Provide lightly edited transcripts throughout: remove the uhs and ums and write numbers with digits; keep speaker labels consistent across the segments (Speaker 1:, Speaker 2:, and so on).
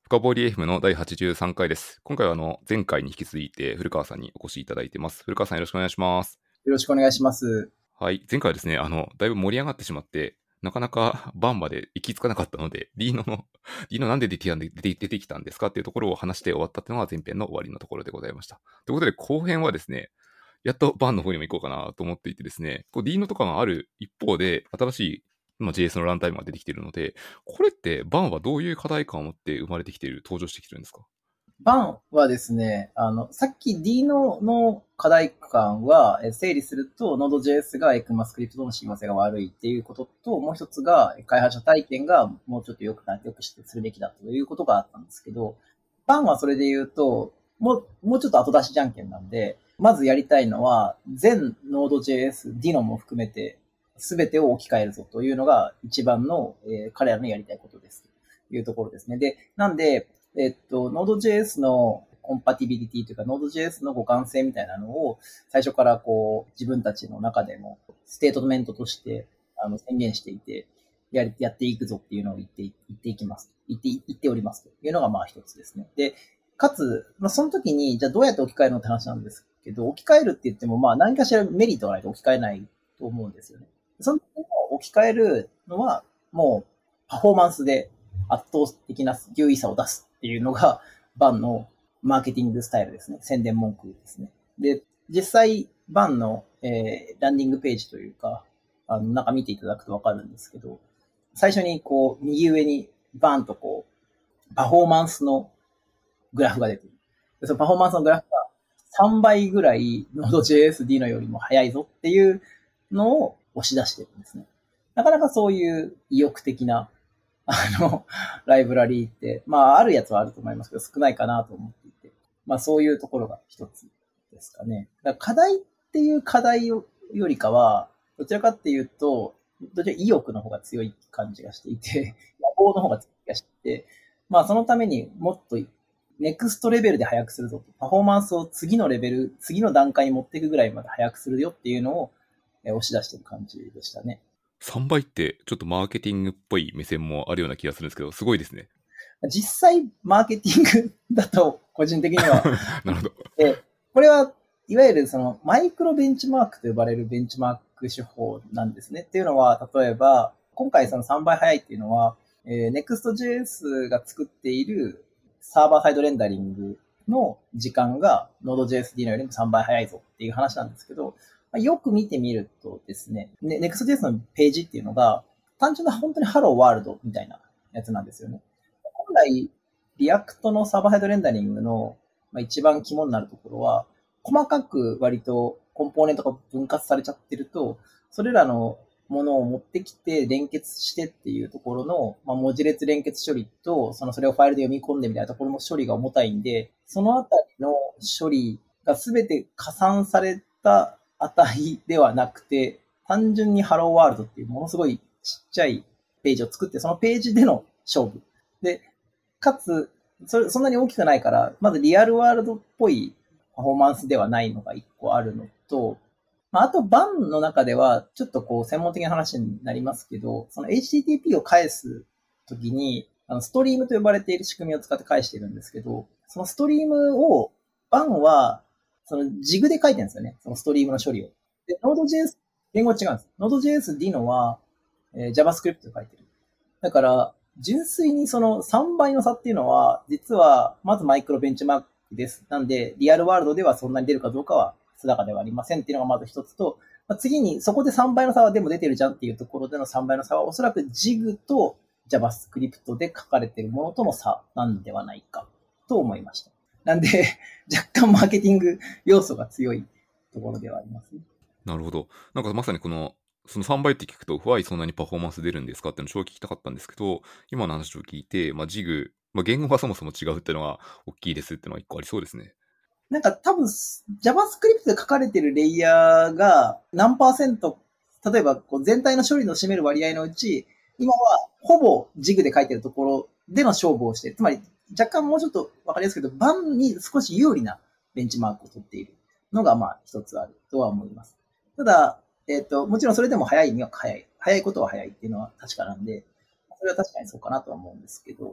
Speaker 1: 深掘り FM の第83回です。今回は前回に引き続いて古川さんにお越しいただいてます。古川さんよろしくお願いします。
Speaker 2: よろしくお願いします。
Speaker 1: はい。前回はですね、だいぶ盛り上がってしまって、なかなかバンまで行き着かなかったので、リーノなんで出てきたんですかっていうところを話して終わったっていうのが前編の終わりのところでございました。ということで後編はですね、やっとバンの方にも行こうかなと思っていてですね、リーノとかがある一方で、新しいJS のランタイムが出てきているので、これってバンはどういう課題感を持って生まれてきている、登場してきてるんですか？
Speaker 2: バンはですね、さっき Dino の課題感は、整理すると、Node.js が ECMAScript との親和性が悪いっていうことと、もう一つが、開発者体験がもうちょっとよくしてするべきだということがあったんですけど、バンはそれで言うと、もうちょっと後出しじゃんけんなんで、まずやりたいのは、全 Node.js、Dino も含めて、すべてを置き換えるぞというのが一番の、彼らのやりたいことです。というところですね。で、なんで、Node.js のコンパティビリティというか、Node.js の互換性みたいなのを最初から自分たちの中でもステートメントとして宣言していて、やっていくぞっていうのを言っていきます。言っておりますというのがまあ一つですね。で、かつ、その時に、じゃあどうやって置き換えるのって話なんですけど、置き換えるって言ってもまあ何かしらメリットがないと置き換えないと思うんですよね。その時に置き換えるのはもうパフォーマンスで圧倒的な優位さを出すっていうのが、バンのマーケティングスタイルですね。宣伝文句ですね。で、実際、バンの、ランディングページというか、中見ていただくとわかるんですけど、最初に右上にバーンとパフォーマンスのグラフが出ている。でそのパフォーマンスのグラフが3倍ぐらい Node.js Dino よりも速いぞっていうのを押し出してるんですね。なかなかそういう意欲的なライブラリーって、まあ、あるやつはあると思いますけど、少ないかなと思っていて、まあ、そういうところが一つですかね。だから課題っていう課題よりかは、どちらかっていうと、どちらか意欲の方が強い感じがしていて、野望の方が強い気がしていて、まあ、そのためにもっと、ネクストレベルで速くするぞ。パフォーマンスを次のレベル、次の段階に持っていくぐらいまで速くするよっていうのを押し出してる感じでしたね。
Speaker 1: 3倍ってちょっとマーケティングっぽい目線もあるような気がするんですけど、すごいですね。
Speaker 2: 実際、マーケティングだと、個人的には。
Speaker 1: なるほど。
Speaker 2: これは、いわゆるそのマイクロベンチマークと呼ばれるベンチマーク手法なんですね。っていうのは、例えば、今回その3倍速いっていうのは、Next.js が作っているサーバーサイドレンダリングの時間が Node.js D のよりも3倍速いぞっていう話なんですけど、よく見てみるとですね、Next.js のページっていうのが、単純な本当にハローワールドみたいなやつなんですよね。本来、リアクトのサーバーサイドレンダリングの一番肝になるところは、細かく割とコンポーネントが分割されちゃってると、それらのものを持ってきて連結してっていうところの、文字列連結処理と、それをファイルで読み込んでみたいなところの処理が重たいんで、そのあたりの処理がすべて加算された値ではなくて、単純にハローワールドっていうものすごいちっちゃいページを作って、そのページでの勝負。で、かつ、そんなに大きくないから、まずリアルワールドっぽいパフォーマンスではないのが一個あるのと、あと、バンの中では、ちょっと専門的な話になりますけど、その HTTP を返すときに、ストリームと呼ばれている仕組みを使って返しているんですけど、そのストリームを、バンは、そのジグで書いてるんですよね。そのストリームの処理を。で、Node.js、言語違うんです。Node.js Dino は、JavaScript で書いてる。だから、純粋にその3倍の差っていうのは、実は、まずマイクロベンチマークです。なんで、リアルワールドではそんなに出るかどうかは定かではありませんっていうのがまず一つと、次にそこで3倍の差はでも出てるじゃんっていうところでの3倍の差は、おそらく JIG と JavaScript で書かれているものとの差なんではないかと思いました。なんで、若干マーケティング要素が強いところではありますね。
Speaker 1: なるほど。なんかまさにその3倍って聞くと、why そんなにパフォーマンス出るんですかっていうのを超聞きたかったんですけど、今の話を聞いて、ジグ、言語がそもそも違うっていうのが大きいですっていうのは一個ありそうですね。
Speaker 2: なんか多分 JavaScript で書かれてるレイヤーが何パーセント、例えば全体の処理の占める割合のうち、今はほぼ JIG で書いてるところでの勝負をしている。つまり若干もうちょっとわかりやすいけど、バンに少し有利なベンチマークを取っているのが一つあるとは思います。ただ、もちろんそれでも早いには早い。早いことは早いっていうのは確かなんで、それは確かにそうかなとは思うんですけど、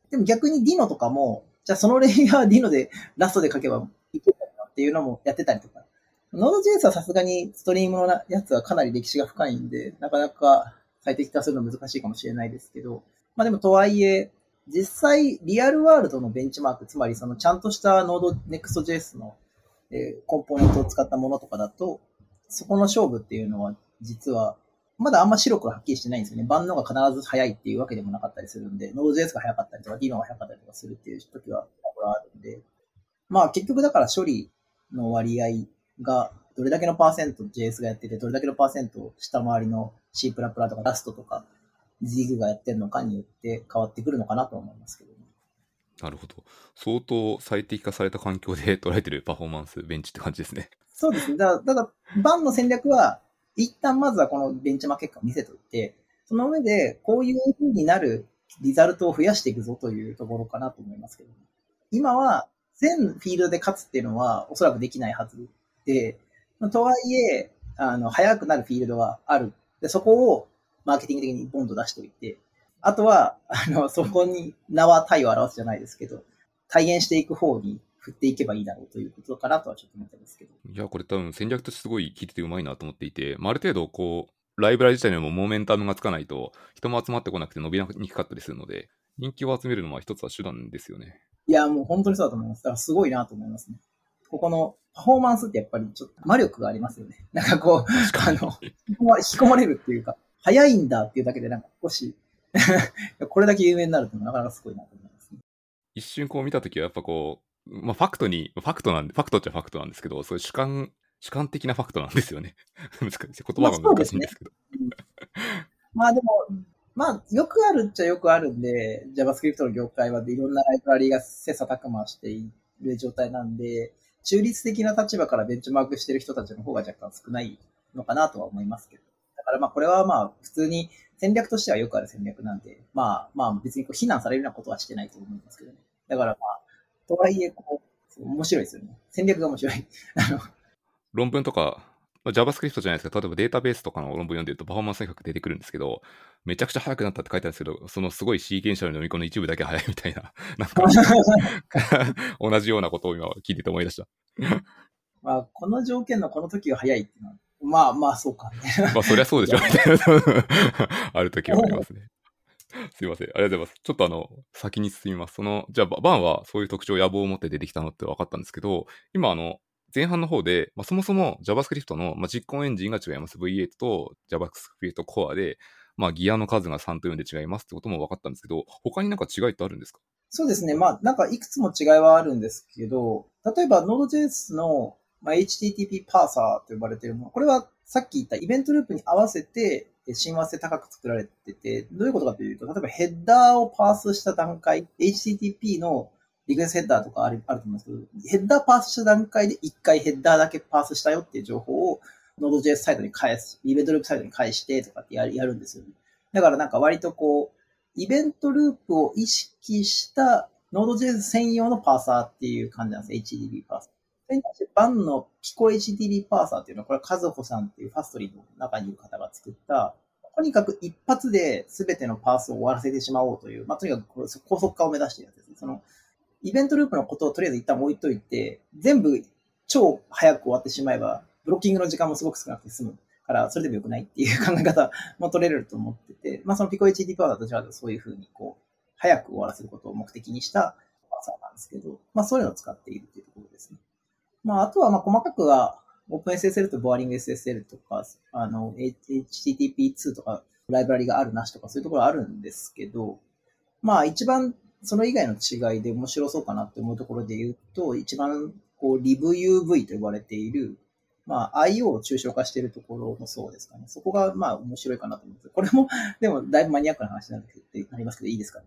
Speaker 2: でも逆に Dino とかも、じゃあそのレイヤーは Dino でラストで書けばいけるのっていうのもやってたりとか。Node.js はさすがにストリームのやつはかなり歴史が深いんで、なかなか最適化するの難しいかもしれないですけど、まあでもとはいえ、実際リアルワールドのベンチマーク、つまりそのちゃんとした Node.next.js のコンポーネントを使ったものとかだと、そこの勝負っていうのは実はまだあんま白黒はっきりしてないんですよね。万能が必ず早いっていうわけでもなかったりするんで、Node.js が早かったりとか、Dino が早かったりとかするっていう時はあるんで、まあ結局だから処理の割合がどれだけのパーセント JS がやってて、どれだけのパーセント下回りの C++ とか Rust とか Zig がやってるのかによって変わってくるのかなと思いますけどね。
Speaker 1: なるほど。相当最適化された環境で捉えてるパフォーマンス、ベンチって感じですね。
Speaker 2: そうですね。ただ、バンの戦略は、一旦まずはこのベンチマー結果を見せといて、その上でこういう風になるリザルトを増やしていくぞというところかなと思いますけど、ね、今は全フィールドで勝つっていうのはおそらくできないはずで、とはいえ、速くなるフィールドはある。で、そこをマーケティング的にボンと出しておいて、あとは、そこに名は体を表すじゃないですけど、体現していく方に振っていけばいいだろうということかなとはちょっと思ってますけど。
Speaker 1: いや、これ多分戦略としてすごい聞いててうまいなと思っていて、まあ、ある程度こう、ライブラリ自体にもモメンタムがつかないと、人も集まってこなくて伸びにくかったりするので、人気を集めるのは一つは手段ですよね。
Speaker 2: いや、もう本当にそうだと思います。だからすごいなと思いますね。ここのパフォーマンスってやっぱりちょっと魔力がありますよね。なんかこう、引き込まれるっていうか、早いんだっていうだけでなんか少しこれだけ有名になるってなかなかすごいなと思いますね。
Speaker 1: 一瞬こう見たときはやっぱこう、まあファクトっちゃファクトなんですけど、そういう主観的なファクトなんですよね。難しい。言葉が難しいんですけど。
Speaker 2: まあでも、まあよくあるっちゃよくあるんで、JavaScript の業界はいろんなライブラリが切磋琢磨している状態なんで、中立的な立場からベンチマークしてる人たちの方が若干少ないのかなとは思いますけど。だからまあこれはまあ普通に戦略としてはよくある戦略なんで、まあ別にこう非難されるようなことはしてないと思いますけどね。だからまあ、とはいえこう、面白いですよね。戦略が面白い。
Speaker 1: 論文とか、まあ JavaScript じゃないですか、例えばデータベースとかの論文読んでるとパフォーマンス比較出てくるんですけど、めちゃくちゃ速くなったって書いてあるんですけど、そのすごいシーケンシャルの読み込みの一部だけ速いみたいな、なんか同じようなことを今聞いてて思い出した。
Speaker 2: まあ、この条件のこの時は早いっていうのは、まあまあそうか。
Speaker 1: まあそりゃそうでしょ、みたいなある時はありますね。すいません。ありがとうございます。ちょっと先に進みます。じゃあ、バンはそういう特徴、野望を持って出てきたのって分かったんですけど、今前半の方で、そもそも JavaScript の、実行エンジンが違います。V8 と JavaScript Core で、ギアの数が3と4で違いますってことも分かったんですけど、他になんか違いってあるんですか？
Speaker 2: そうですね。まあ、なんかいくつも違いはあるんですけど、例えば Node.js の、HTTP パーサーと呼ばれているもの、これはさっき言ったイベントループに合わせて親和性高く作られてて、どういうことかというと、例えばヘッダーをパースした段階、HTTP のリクエストヘッダーとかあると思うんですけど、ヘッダーパースした段階で1回ヘッダーだけパースしたよっていう情報を Node.js サイトに返す、イベントループサイトに返してとかってやるんですよね。だからなんか割とこう、イベントループを意識した Node.js 専用のパーサーっていう感じなんですよ。HTTP パーサー。それに対してバンの Pico HTTP パーサーっていうのは、これはカズホさんっていうファストリーの中にいる方が作った、とにかく一発で全てのパースを終わらせてしまおうという、とにかく高速化を目指しているやつです。そのイベントループのことをとりあえず一旦置いといて、全部超早く終わってしまえば、ブロッキングの時間もすごく少なくて済むから、それでもよくないっていう考え方も取れると思ってて、その Pico HTTP パーサーとしてはそういうふうにこう、早く終わらせることを目的にしたパーサーなんですけど、そういうのを使っているというところですね。あとは細かくは OpenSSL と BoringSSL とか、HTTP2 とかライブラリがあるなしとかそういうところあるんですけど、一番その以外の違いで面白そうかなって思うところで言うと、一番こう libUV と呼ばれている、IO を抽象化しているところもそうですかね。そこが面白いかなと思って。これも、でもだいぶマニアックな話になりますけど、いいですかね。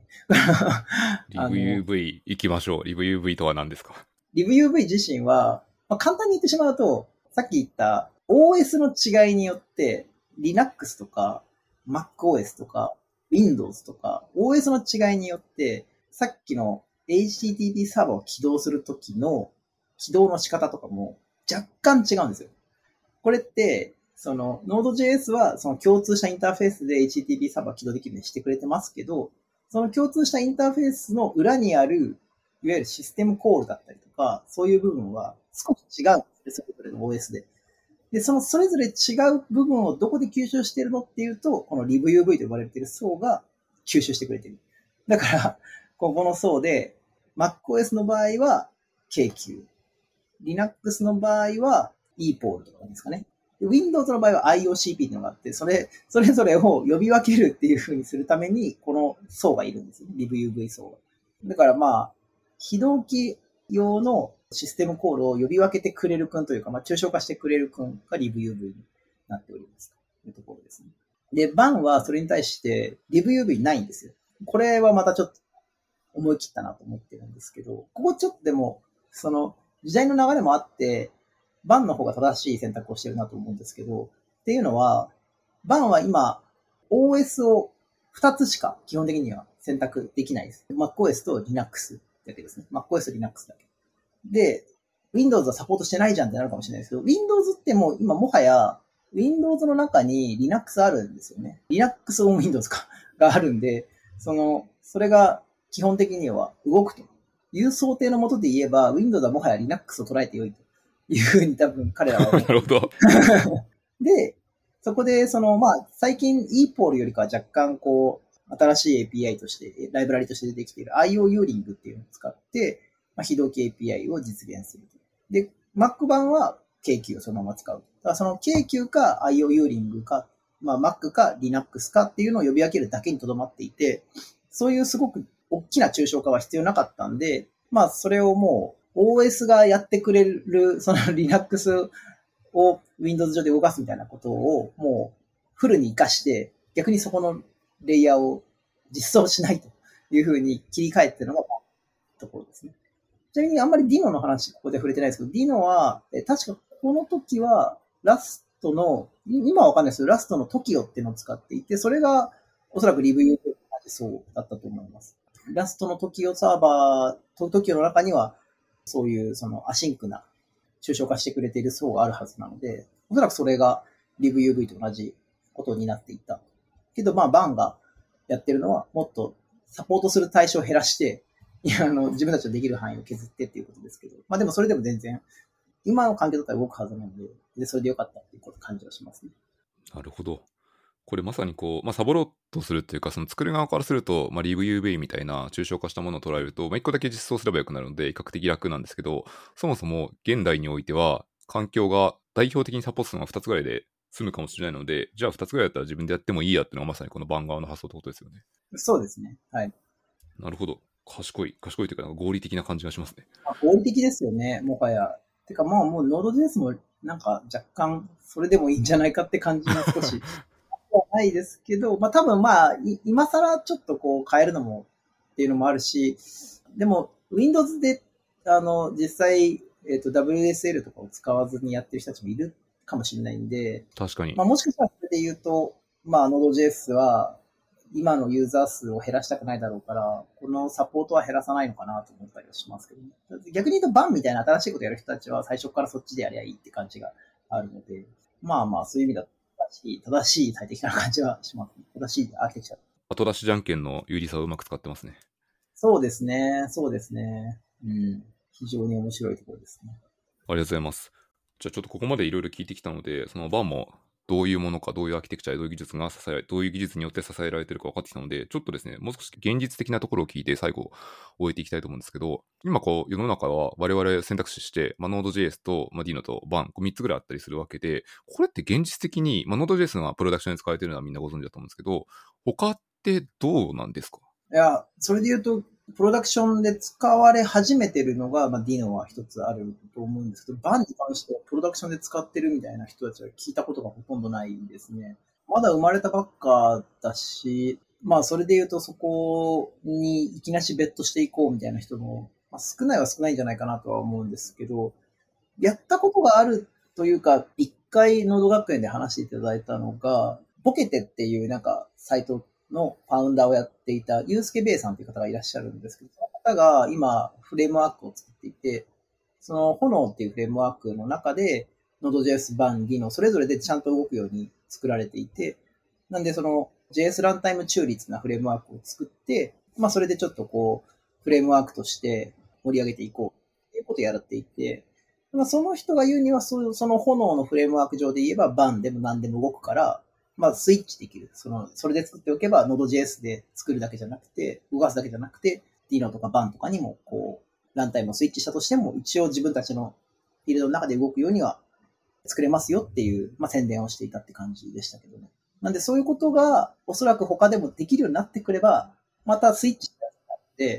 Speaker 1: LibUV 行きましょう。LibUV とは何ですか
Speaker 2: ？LibUV 自身は、簡単に言ってしまうと、さっき言った OS の違いによって、Linux とか MacOS とか Windows とか OS の違いによって、さっきの HTTP サーバーを起動するときの起動の仕方とかも若干違うんですよ。これって、その Node.js はその共通したインターフェースで HTTP サーバー起動できるようにしてくれてますけど、 その共通したインターフェースの裏にある、いわゆるシステムコールだったりとか、そういう部分は少し違うんですね、それぞれの OS で。で、そのそれぞれ違う部分をどこで吸収しているのっていうと、この LibUV と呼ばれている層が吸収してくれている。だから、ここの層で、MacOS の場合は KQ、Linux の場合は ePOL とかですかね。Windows の場合は IOCP っていうのがあって、それぞれを呼び分けるっていう風にするために、この層がいるんですよね。LibUV 層が。だからまあ、非同期用のシステムコールを呼び分けてくれる君というか、まあ、抽象化してくれる君が LibUV になっておりますというところですね。で、BAN はそれに対して LibUV ないんですよ。これはまたちょっと思い切ったなと思ってるんですけど、ここちょっとでも、その時代の流れもあって、BAN の方が正しい選択をしてるなと思うんですけど、っていうのは、BAN は今、OS を2つしか基本的には選択できないです。MacOS と Linux だけですね。MacOS と Linux だけ。で、Windows はサポートしてないじゃんってなるかもしれないですけど、Windows ってもう今もはや、Windows の中に Linux あるんですよね。Linux on Windows かがあるんで、それが基本的には動くという想定のもとで言えば、Windows はもはや Linux を捉えてよいというふうに多分彼らは思
Speaker 1: なるほど。
Speaker 2: で、そこで、まあ、最近 ePOL よりかは若干新しい API として、ライブラリとして出てきている IOU リングっていうのを使って、まあ、非同期 API を実現すると。で、Mac 版は KQ をそのまま使う。だからその KQ か IOU リングか、まあ、Mac か Linux かっていうのを呼び分けるだけにとどまっていて、そういうすごく大きな抽象化は必要なかったんで、まあ、それをもう OS がやってくれる、その Linux を Windows 上で動かすみたいなことをもうフルに活かして、逆にそこのレイヤーを実装しないというふうに切り替えてるのがところですね。ちなみにあんまり Dino の話ここで触れてないですけど、Dino は、確かこの時はラストの、今はわかんないですけど、ラストの Tokio っていうのを使っていて、それがおそらくリブユーと同じそうだったと思います。ラストの Tokio サーバー、Tokio の中には、そういうそのアシンクな抽象化してくれている層があるはずなので、おそらくそれが LibUV と同じことになっていった。けど、まあ、バンがやってるのは、もっとサポートする対象を減らして、自分たちのできる範囲を削ってっていうことですけど、まあでもそれでも全然、今の環境だったら動くはずなので、それでよかったっていう感じはしますね。
Speaker 1: なるほど。これまさにサボろうとするっていうか、その作る側からすると、LibUV みたいな抽象化したものを捉えると、一個だけ実装すればよくなるので、比較的楽なんですけど、そもそも現代においては、環境が代表的にサポートするのが2つぐらいで済むかもしれないので、じゃあ2つぐらいだったら自分でやってもいいやっていうのがまさにこのバン側の発想ってことですよね。
Speaker 2: そうですね。はい。
Speaker 1: なるほど。賢いというか、合理的な感じがしますね。
Speaker 2: 合理的ですよね、もはや。てか、まあもう Node.js もなんか若干それでもいいんじゃないかって感じが少しないですけど、まあ多分まあ今更ちょっと変えるのもっていうのもあるし、でも Windows で実際、WSL とかを使わずにやってる人たちもいるかもしれないんで、
Speaker 1: 確かに。
Speaker 2: まあもしかしたらそれで言うと、まあ Node.js は今のユーザー数を減らしたくないだろうから、このサポートは減らさないのかなと思ったりはしますけどね。逆に言うとバンみたいな新しいことやる人たちは最初からそっちでやりゃいいって感じがあるので、まあまあそういう意味だと正しい最適な感じはします、ね。正しいアーキテクチャ。
Speaker 1: 後出しじゃんけんの有利さをうまく使ってますね。
Speaker 2: そうですね。そうですね。うん。非常に面白いところですね。
Speaker 1: ありがとうございます。じゃあちょっとここまでいろいろ聞いてきたので、そのバンもどういうものか、どういうアーキテクチャ、どういう技術がどういう技術によって支えられているか分かってきたので、ちょっとですね、もう少し現実的なところを聞いて最後終えていきたいと思うんですけど、今世の中は我々選択肢して、Node.js と、Dino と BAN、3つぐらいあったりするわけで、これって現実的に、Node.js がプロダクションに使われているのはみんなご存知だと思うんですけど、他ってどうなんですか？
Speaker 2: いや、それで言うと、プロダクションで使われ始めてるのが、まあ、Dino は一つあると思うんですけど、バンに関してはプロダクションで使ってるみたいな人たちは聞いたことがほとんどないんですね。まだ生まれたばっかだし、まあそれで言うとそこにいきなしベットしていこうみたいな人も、まあ、少ないは少ないんじゃないかなとは思うんですけど、やったことがあるというか、一回ノード学園で話していただいたのが、ボケテっていうなんかサイトのファウンダーをやっていたユースケベイさんという方がいらっしゃるんですけど、その方が今フレームワークを作っていて、その炎っていうフレームワークの中で Node.js 版 Dino それぞれでちゃんと動くように作られていて、なんでその JS ランタイム中立なフレームワークを作って、 まあそれでちょっとこう、フレームワークとして盛り上げていこうっていうことをやっていて、まあその人が言うにはその炎のフレームワーク上で言えばバンでも何でも動くから、まあスイッチできる。それで作っておけば Node.js で作るだけじゃなくて、動かすだけじゃなくて、Dino とかバンとかにもこう、ランタイムをスイッチしたとしても、一応自分たちのフィールドの中で動くようには作れますよっていう、まあ、宣伝をしていたって感じでしたけどね。なんでそういうことがおそらく他でもできるようになってくれば、またスイッチしやすくなって、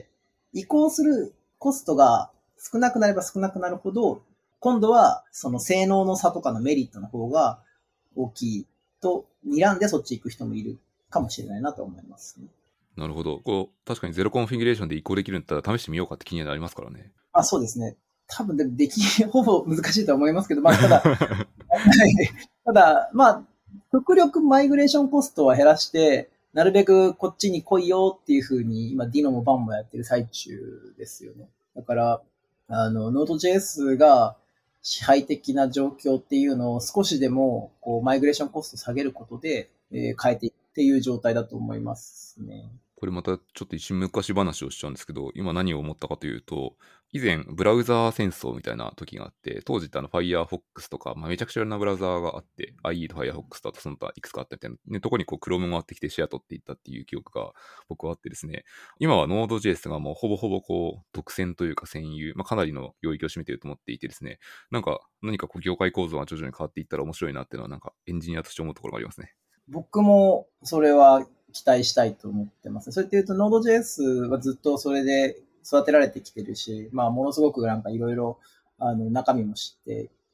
Speaker 2: 移行するコストが少なくなれば少なくなるほど、今度はその性能の差とかのメリットの方が大きいと睨んでそっち行く人もいるかもしれないなと思いますね。
Speaker 1: なるほど。確かにゼロコンフィギュレーションで移行できるんだったら試してみようかって気にはなりますからね。
Speaker 2: そうですね。多分でもほぼ難しいとは思いますけど、ただ、ただ、極力マイグレーションコストは減らして、なるべくこっちに来いよっていうふうに、今、ディノもバンもやってる最中ですよね。だから、Node.js が支配的な状況っていうのを少しでも、こう、マイグレーションコスト下げることで、変えていくっていう状態だと思いますね。
Speaker 1: これまたちょっと一瞬昔話をしちゃうんですけど、今何を思ったかというと、以前ブラウザー戦争みたいな時があって、当時ってFirefox とか、めちゃくちゃいろんなブラウザーがあって、IE と Firefox とあとその他いくつかあったみたいな、ね、とこにこう Chrome もあってきてシェア取っていったっていう記憶が僕はあってですね、今は Node.js がもうほぼほぼこう独占というか占有、かなりの領域を占めていると思っていてですね、何かこう業界構造が徐々に変わっていったら面白いなっていうのはエンジニアとして思うところがありますね。
Speaker 2: 僕もそれは期待したいと思ってます。それって言うと Node.js はずっとそれで育てられてきてるし、ものすごくいろいろ中身も知って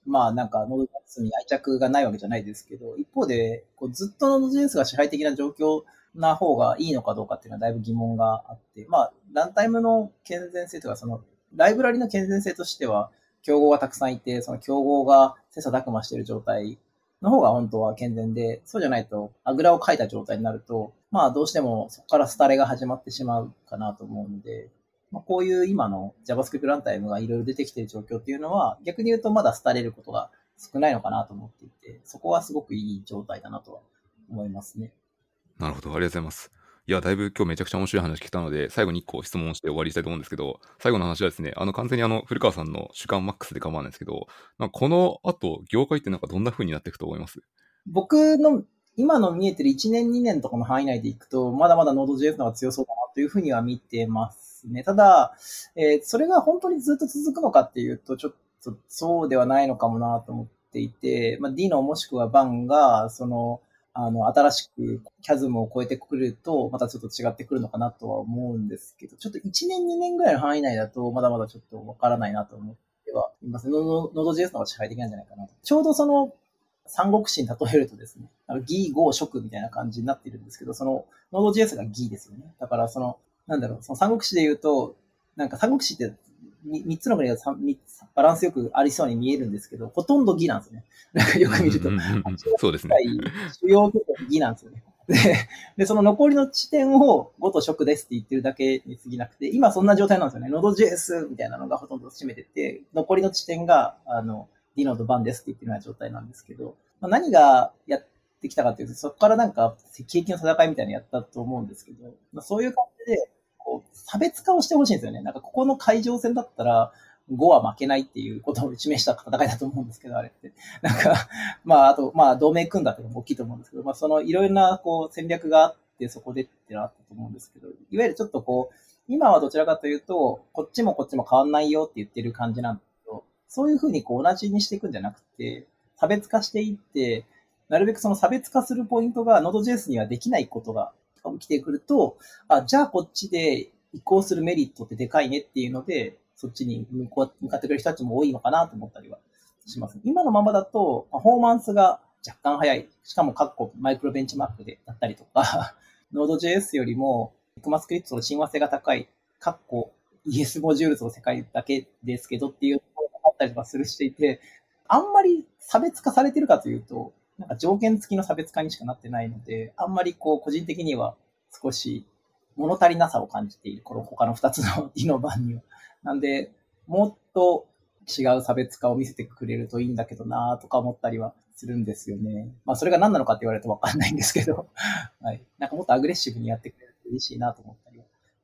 Speaker 2: 、Node.js に愛着がないわけじゃないですけど、一方でこうずっと Node.js が支配的な状況な方がいいのかどうかっていうのはだいぶ疑問があって、ランタイムの健全性というか、ライブラリの健全性としては、競合がたくさんいて、その競合が切磋琢磨している状態の方が本当は健全で、そうじゃないと、あぐらをかいた状態になると、どうしてもそこから廃れが始まってしまうかなと思うので、こういう今の JavaScript ランタイムがいろいろ出てきている状況っていうのは、逆に言うとまだ廃れることが少ないのかなと思っていて、そこはすごくいい状態だなとは思いますね。
Speaker 1: なるほど、ありがとうございます。いや、だいぶ今日めちゃくちゃ面白い話聞けたので、最後に1個質問して終わりしたいと思うんですけど、最後の話はですね、完全に古川さんの主観マックスで構わないんですけど、この後、業界ってどんな風になっていくと思います？
Speaker 2: 僕の今の見えてる1年2年とかの範囲内でいくと、まだまだ Node.js の方が強そうだなというふうには見てますね。ただ、それが本当にずっと続くのかっていうと、ちょっとそうではないのかもなと思っていて、Dino もしくは Ban が、新しく CHASM を超えてくると、またちょっと違ってくるのかなとは思うんですけど、ちょっと1年2年ぐらいの範囲内だと、まだまだちょっとわからないなと思ってはいます。Node.js の方が支配的なんじゃないかなと。ちょうど三国志に例えるとですね、義、豪、職みたいな感じになってるんですけど、Node.js が義ですよね。だからその三国志で言うと、三国志って三つの国がバランスよくありそうに見えるんですけど、ほとんど義なんですよね。よく見ると。
Speaker 1: そうですね。
Speaker 2: 主要拠点義なんですよね。で、その残りの地点を5と職ですって言ってるだけに過ぎなくて、今そんな状態なんですよね。Node.js みたいなのがほとんど占めてて、残りの地点が、Dino と Ban ですって言ってるような状態なんですけど、何がやってきたかというと、そこから景気の戦いみたいなのやったと思うんですけど、そういう感じで、こう、差別化をしてほしいんですよね。ここの海上戦だったら、5は負けないっていうことを示した戦いだと思うんですけど、あれって。あと、同盟組んだっていうのも大きいと思うんですけど、いろいろな、戦略があって、そこでってのあったと思うんですけど、いわゆるちょっと今はどちらかというと、こっちもこっちも変わんないよって言ってる感じなんですけど、そういうふうに同じにしていくんじゃなくて、差別化していって、なるべくその差別化するポイントが Node.js にはできないことが起きてくると、じゃあこっちで移行するメリットってでかいねっていうので、そっちに向かってくれる人たちも多いのかなと思ったりはします。今のままだと、パフォーマンスが若干早い。しかもマイクロベンチマークでだったりとか、Node.js よりも、ECMAScript の親和性が高い、ES モジュールの世界だけですけどっていうところがあったりとかしていて、あんまり差別化されてるかというと、条件付きの差別化にしかなってないので、あんまり個人的には少し物足りなさを感じている。この他の2つのDino版には。なんで、もっと違う差別化を見せてくれるといいんだけどなとか思ったりはするんですよね。それが何なのかって言われるとわかんないんですけど、はい。もっとアグレッシブにやってくれると嬉しいなと思ったりは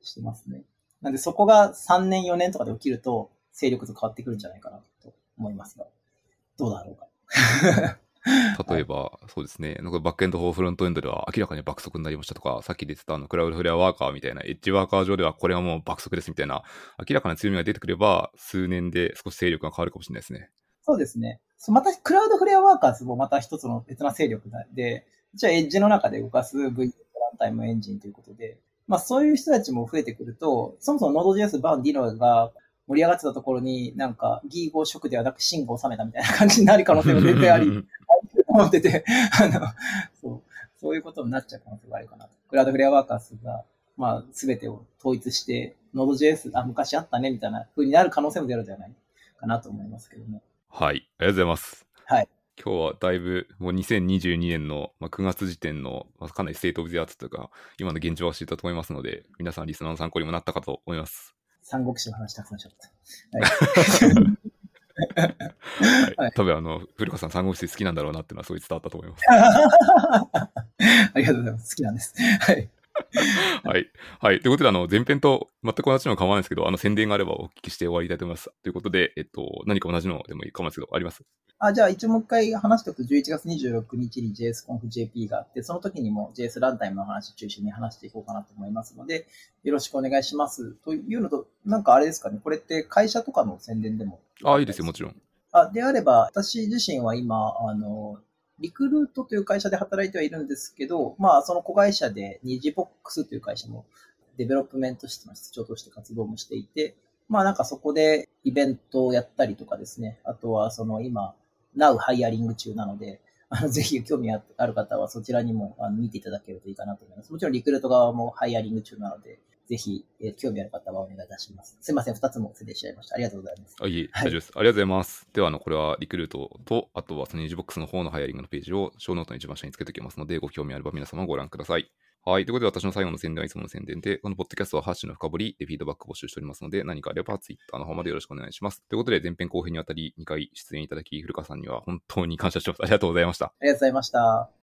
Speaker 2: してますね。なんでそこが3年4年とかで起きると、勢力図変わってくるんじゃないかなと思いますが、どうだろうか。
Speaker 1: 例えば、そうですね、なんかバックエンドフォーフロントエンドでは明らかに爆速になりましたとか、さっき出てたクラウドフレアワーカーみたいな、エッジワーカー上ではこれはもう爆速ですみたいな、明らかな強みが出てくれば、数年で少し勢力が変わるかもしれないですね。
Speaker 2: そうですね。また、クラウドフレアワーカーズもまた一つの別な勢力で、じゃあエッジの中で動かす V ランタイムエンジンということで、まあそういう人たちも増えてくると、そもそも Node.js 版ディノが盛り上がってたところになんかギーゴ色ではなくシンゴを収めたみたいな感じになる可能性も全然あり、思ってて、そういうことになっちゃう可能性があるかなと。クラウドフレアワーカーズが、まあ全てを統一して、Node.js、昔あったねみたいな風になる可能性もゼロではないかなと思いますけども。
Speaker 1: はい、ありがとうございます。
Speaker 2: はい。
Speaker 1: 今日はだいぶもう2022年の9月時点のかなりステートオブザアーツというか、今の現状は知ったと思いますので、皆さんリスナーの参考にもなったかと思います。
Speaker 2: 三国志の話たくさんしちゃった。はい。
Speaker 1: はい、多分古川さん三国志好きなんだろうなっていうのはすごい伝わったと思います。
Speaker 2: ありがとうございます。好きなんです。はい。
Speaker 1: はい。はい。ということで、前編と全く同じの構わないんですけど、宣伝があればお聞きして終わりたいと思います。ということで、何か同じのでもいいかもですけど、あります？
Speaker 2: じゃあ一応もう一回話しておくと、11月26日に JSConf.jp があって、その時にも JS ランタイムの話中心に話していこうかなと思いますので、よろしくお願いします。というのと、なんかあれですかね、これって会社とかの宣伝でも？
Speaker 1: いいですよ、もちろん。
Speaker 2: であれば、私自身は今、リクルートという会社で働いてはいるんですけど、まあ、その子会社で、ニジボックスという会社も、デベロップメント室の室長として活動もしていて、まあなんかそこでイベントをやったりとかですね、あとは今、Now ハイアリング中なので、ぜひ興味ある方はそちらにも見ていただけるといいかなと思います。もちろんリクルート側もハイアリング中なので、ぜひ、興味ある方はお願いいたします。すいません、2つも宣伝しちゃいました。ありがとうございます。
Speaker 1: いえ、大丈夫です。ありがとうございます。では、これはリクルートと、あとはそのニジボックスの方のハイアリングのページをショーノートの一番下につけておきますので、ご興味あれば皆様ご覧ください。はい。ということで、私の最後の宣伝はいつもの宣伝で、このポッドキャストはハッシュの深掘りでフィードバック募集しておりますので、何かあればツイッターの方までよろしくお願いします。ということで、前編後編にわたり2回出演いただき、古川さんには本当に感謝してます。ありがとうございました。
Speaker 2: ありがとうございました。